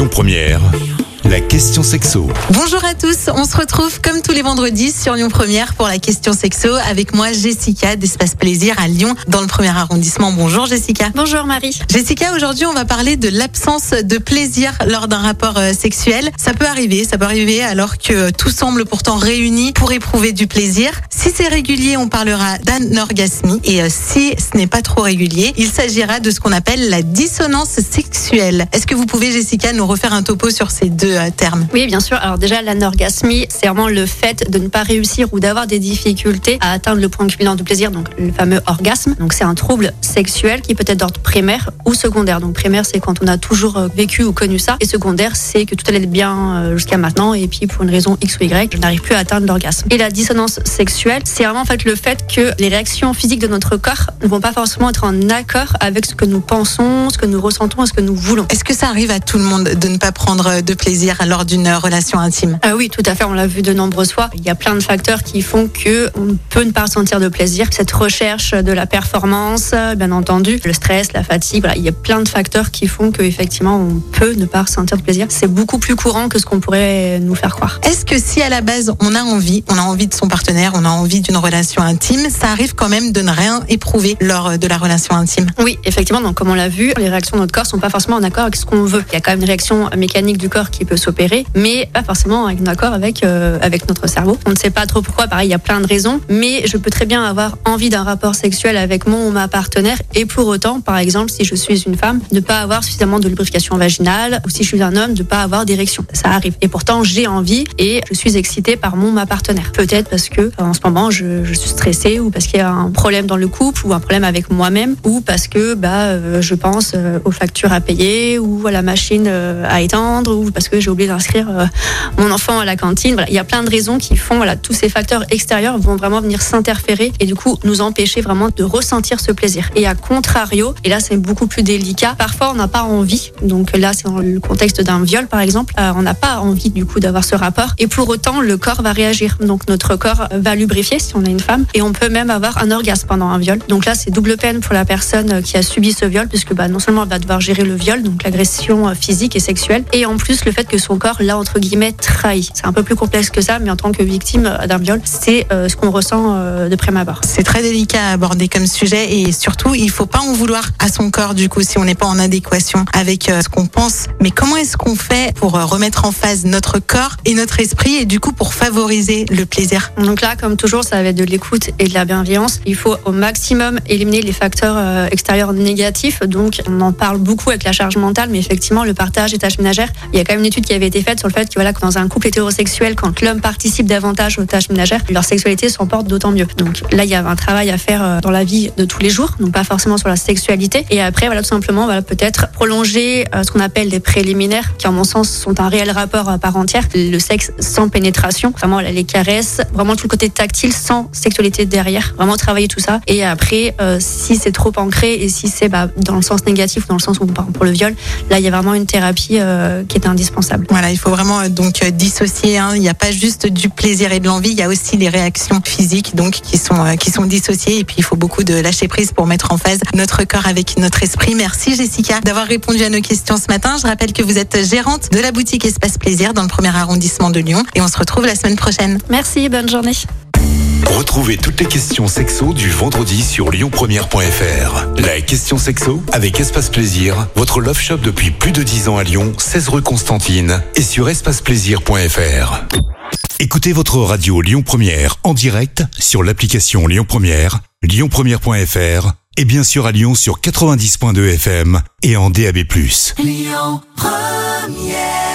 Lyon Première, la question sexo. Bonjour à tous, on se retrouve comme tous les vendredis sur Lyon Première pour la question sexo avec moi Jessica d'Espace Plaisir à Lyon dans le 1er arrondissement. Bonjour Jessica. Bonjour Marie. Jessica, aujourd'hui on va parler de l'absence de plaisir lors d'un rapport sexuel. Ça peut arriver alors que tout semble pourtant réuni pour éprouver du plaisir. Si c'est régulier, on parlera d'anorgasmie et si ce n'est pas trop régulier, il s'agira de ce qu'on appelle la dissonance sexuelle. Est-ce que vous pouvez Jessica nous refaire un topo sur ces deux termes? Oui, bien sûr. Alors déjà, l'anorgasmie, c'est vraiment le fait de ne pas réussir ou d'avoir des difficultés à atteindre le point culminant du plaisir, donc le fameux orgasme. Donc c'est un trouble sexuel qui peut être d'ordre primaire ou secondaire. Donc primaire, c'est quand on a toujours vécu ou connu ça. Et secondaire, c'est que tout allait bien jusqu'à maintenant et puis pour une raison X ou Y, je n'arrive plus à atteindre l'orgasme. Et la dissonance sexuelle, c'est vraiment en fait le fait que les réactions physiques de notre corps ne vont pas forcément être en accord avec ce que nous pensons, ce que nous ressentons et ce que nous voulons. Est-ce que ça arrive à tout le monde de ne pas prendre de plaisir lors d'une relation intime? Oui, tout à fait, on l'a vu de nombreuses fois. Il y a plein de facteurs qui font qu'on peut ne pas ressentir de plaisir. Cette recherche de la performance, bien entendu, le stress, la fatigue, voilà, il y a plein de facteurs qui font qu'effectivement on peut ne pas ressentir de plaisir. C'est beaucoup plus courant que ce qu'on pourrait nous faire croire. Est-ce que si à la base on a envie de son partenaire, on a envie d'une relation intime, ça arrive quand même de ne rien éprouver lors de la relation intime? Oui, effectivement, donc comme on l'a vu, les réactions de notre corps sont pas forcément en accord avec ce qu'on veut. Il y a quand même une réaction mécanique du corps qui peut s'opérer, mais pas forcément en accord avec notre cerveau. On ne sait pas trop pourquoi, pareil, il y a plein de raisons, mais je peux très bien avoir envie d'un rapport sexuel avec mon ou ma partenaire et pour autant, par exemple, si je suis une femme, ne pas avoir suffisamment de lubrification vaginale ou si je suis un homme, ne pas avoir d'érection. Ça arrive. Et pourtant, j'ai envie et je suis excitée par mon ou ma partenaire. Peut-être parce que en ce moment, je suis stressée ou parce qu'il y a un problème dans le couple ou un problème avec moi-même ou parce que je pense aux factures à payer ou à la machine à étendre ou parce que j'ai oublié d'inscrire mon enfant à la cantine. Voilà, il y a plein de raisons qui font, tous ces facteurs extérieurs vont vraiment venir s'interférer et du coup nous empêcher vraiment de ressentir ce plaisir. Et à contrario, et là c'est beaucoup plus délicat, parfois on n'a pas envie. Donc là c'est dans le contexte d'un viol par exemple, on n'a pas envie du coup d'avoir ce rapport et pour autant le corps va réagir. Donc notre corps va lubrifier si on est une femme et on peut même avoir un orgasme pendant un viol. Donc là c'est double peine pour la personne qui a subi ce viol puisque non seulement elle va devoir gérer le viol, donc l'agression physique et sexuelle, et en plus le fait que son corps l'a entre guillemets trahi. C'est un peu plus complexe que ça, mais en tant que victime d'un viol, c'est ce qu'on ressent de prime abord. C'est très délicat à aborder comme sujet et surtout, il faut pas en vouloir à son corps du coup si on n'est pas en adéquation avec ce qu'on pense. Mais comment est-ce qu'on fait pour remettre en phase notre corps et notre esprit et du coup pour favoriser le plaisir? Donc là, comme toujours, ça va être de l'écoute et de la bienveillance. Il faut au maximum éliminer les facteurs extérieurs négatifs. Donc on en parle beaucoup avec la charge mentale, mais effectivement le partage des tâches ménagères, il y a quand même une étude qui avait été faite sur le fait que dans un couple hétérosexuel, quand l'homme participe davantage aux tâches ménagères, leur sexualité s'emporte d'autant mieux. Donc là, il y a un travail à faire dans la vie de tous les jours, donc pas forcément sur la sexualité. Et après, tout simplement, peut-être prolonger ce qu'on appelle les préliminaires, qui, en mon sens, sont un réel rapport à part entière. Le sexe sans pénétration, vraiment les caresses, vraiment tout le côté tactile sans sexualité derrière. Vraiment travailler tout ça. Et après, si c'est trop ancré et si c'est dans le sens négatif ou dans le sens où on parle pour le viol, là, il y a vraiment une thérapie qui est indispensable. Voilà, il faut vraiment donc dissocier. Il n'y a pas juste du plaisir et de l'envie, il y a aussi les réactions physiques donc qui sont dissociées. Et puis il faut beaucoup de lâcher prise pour mettre en phase notre corps avec notre esprit. Merci Jessica d'avoir répondu à nos questions ce matin. Je rappelle que vous êtes gérante de la boutique Espace Plaisir dans le 1er arrondissement de Lyon et on se retrouve la semaine prochaine. Merci, bonne journée. Retrouvez toutes les questions sexo du vendredi sur lyonpremière.fr. La question sexo avec Espace Plaisir, votre love shop depuis plus de 10 ans à Lyon, 16 rue Constantine et sur espaceplaisir.fr. Écoutez votre radio Lyon Première en direct sur l'application Lyon Première, lyonpremière.fr et bien sûr à Lyon sur 90.2 FM et en DAB+. Lyon Première.